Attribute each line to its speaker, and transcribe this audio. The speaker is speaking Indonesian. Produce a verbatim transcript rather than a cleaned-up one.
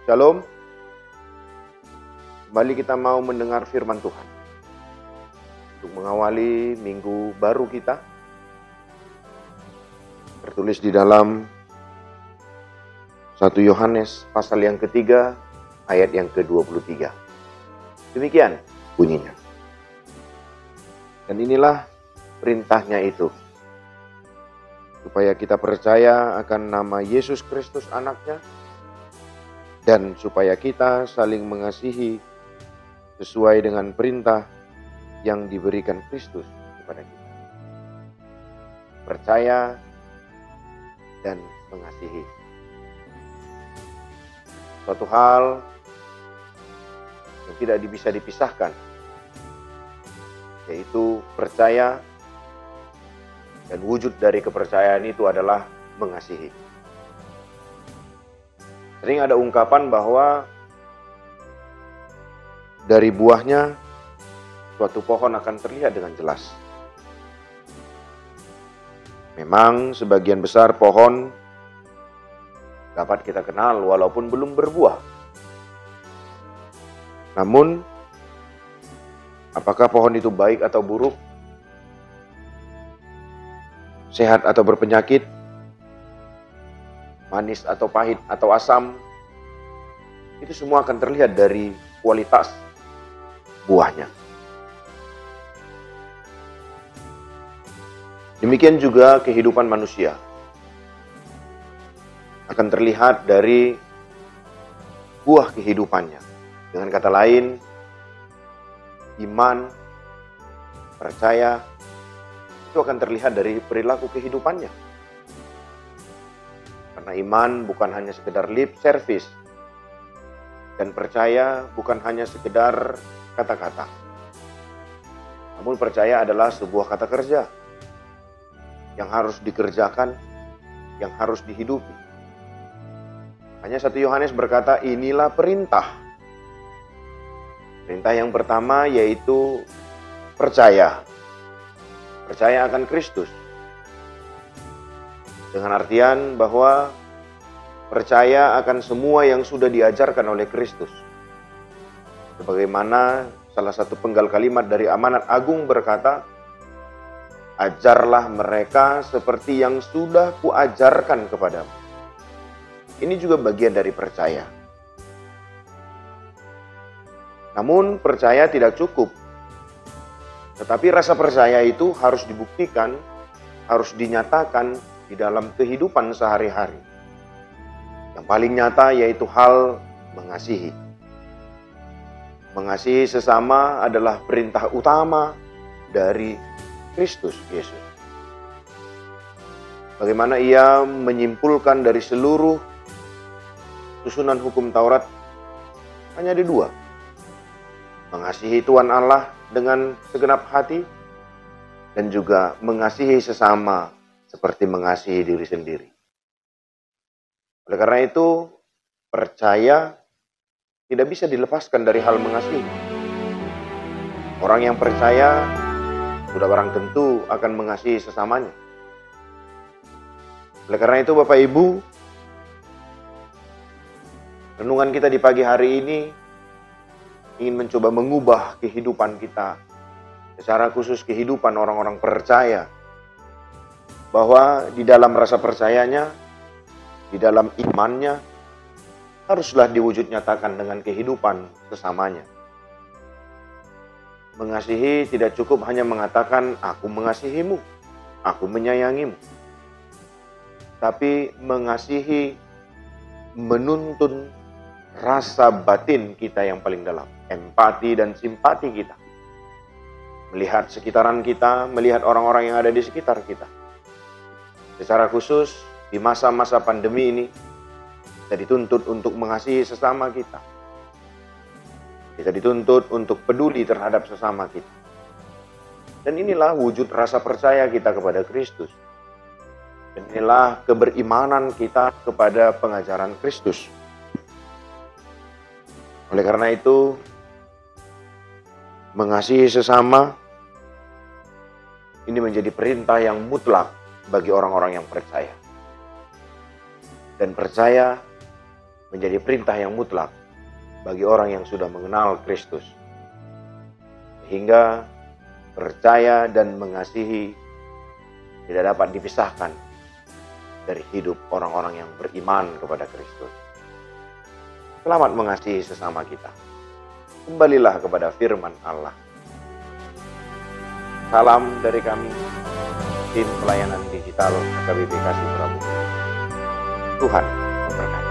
Speaker 1: Shalom. Kembali kita mau mendengar firman Tuhan. Untuk mengawali minggu baru kita, tertulis di dalam satu Yohanes pasal yang ketiga, ayat yang ke dua puluh tiga. Demikian bunyinya. Dan inilah perintahnya itu, supaya kita percaya akan nama Yesus Kristus anaknya, dan supaya kita saling mengasihi sesuai dengan perintah yang diberikan Kristus kepada kita. Percaya dan mengasihi. Suatu hal yang tidak bisa dipisahkan, yaitu percaya, dan wujud dari kepercayaan itu adalah mengasihi. Sering ada ungkapan bahwa dari buahnya suatu pohon akan terlihat dengan jelas. Memang sebagian besar pohon dapat kita kenal walaupun belum berbuah. Namun, apakah pohon itu baik atau buruk? Sehat atau berpenyakit? Manis atau pahit atau asam? Itu semua akan terlihat dari kualitas buahnya. Demikian juga kehidupan manusia akan terlihat dari buah kehidupannya. Dengan kata lain, iman, percaya, itu akan terlihat dari perilaku kehidupannya. Karena iman bukan hanya sekedar lip service, dan percaya bukan hanya sekedar kata-kata. Namun percaya adalah sebuah kata kerja yang harus dikerjakan, yang harus dihidupi. Hanya satu Yohanes berkata, inilah perintah. Perintah yang pertama yaitu percaya. Percaya akan Kristus. Dengan artian bahwa percaya akan semua yang sudah diajarkan oleh Kristus. Sebagaimana salah satu penggal kalimat dari amanat agung berkata, ajarlah mereka seperti yang sudah kuajarkan kepadamu. Ini juga bagian dari percaya. Namun percaya tidak cukup. Tetapi rasa percaya itu harus dibuktikan, harus dinyatakan di dalam kehidupan sehari-hari. Yang paling nyata yaitu hal mengasihi. Mengasihi sesama adalah perintah utama dari Kristus Yesus. Bagaimana ia menyimpulkan dari seluruh susunan hukum Taurat, hanya ada dua. Mengasihi Tuhan Allah dengan segenap hati, dan juga mengasihi sesama seperti mengasihi diri sendiri. Oleh karena itu, percaya tidak bisa dilepaskan dari hal mengasihi. Orang yang percaya sudah barang tentu akan mengasihi sesamanya. Oleh karena itu, Bapak Ibu, renungan kita di pagi hari ini ingin mencoba mengubah kehidupan kita, secara khusus kehidupan orang-orang percaya, bahwa di dalam rasa percayanya, di dalam imannya, haruslah diwujud nyatakan dengan kehidupan sesamanya. Mengasihi tidak cukup hanya mengatakan, aku mengasihimu, aku menyayangimu. Tapi mengasihi menuntun rasa batin kita yang paling dalam, empati dan simpati kita. Melihat sekitaran kita, melihat orang-orang yang ada di sekitar kita. Secara khusus, di masa-masa pandemi ini, kita dituntut untuk mengasihi sesama kita. Kita dituntut untuk peduli terhadap sesama kita. Dan inilah wujud rasa percaya kita kepada Kristus. Dan inilah keberimanan kita kepada pengajaran Kristus. Oleh karena itu, mengasihi sesama ini menjadi perintah yang mutlak bagi orang-orang yang percaya. Dan percaya menjadi perintah yang mutlak bagi orang yang sudah mengenal Kristus. Sehingga percaya dan mengasihi tidak dapat dipisahkan dari hidup orang-orang yang beriman kepada Kristus. Selamat mengasihi sesama kita. Kembalilah kepada firman Allah. Salam dari kami, tim pelayanan digital H K B P Kasih Pramuka. Tuhan memberkati.